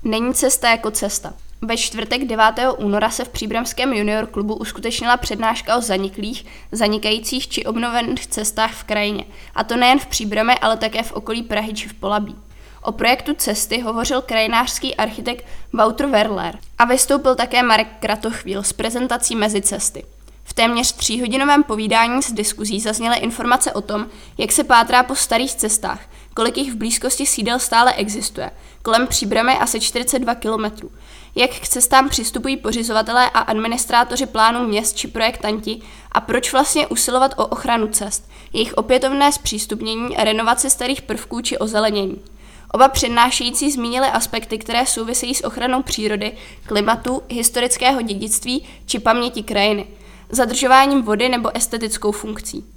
Není cesta jako cesta. Ve čtvrtek 9. února se v příbramském junior klubu uskutečnila přednáška o zaniklých, zanikajících či obnovených cestách v krajině. A to nejen v Příbrami, ale také v okolí Prahy či v Polabí. O projektu cesty hovořil krajinářský architekt Wouter Werler a vystoupil také Marek Kratochvíl s prezentací Mezicesty. V téměř 3hodinovém povídání s diskuzí zazněly informace o tom, jak se pátrá po starých cestách, kolik jich v blízkosti sídel stále existuje, kolem Příbramy asi 42 kilometrů, jak k cestám přistupují pořizovatelé a administrátoři plánů měst či projektanti a proč vlastně usilovat o ochranu cest, jejich opětovné zpřístupnění, renovaci starých prvků či ozelenění. Oba přednášející zmínili aspekty, které souvisejí s ochranou přírody, klimatu, historického dědictví či paměti krajiny, zadržováním vody nebo estetickou funkcí.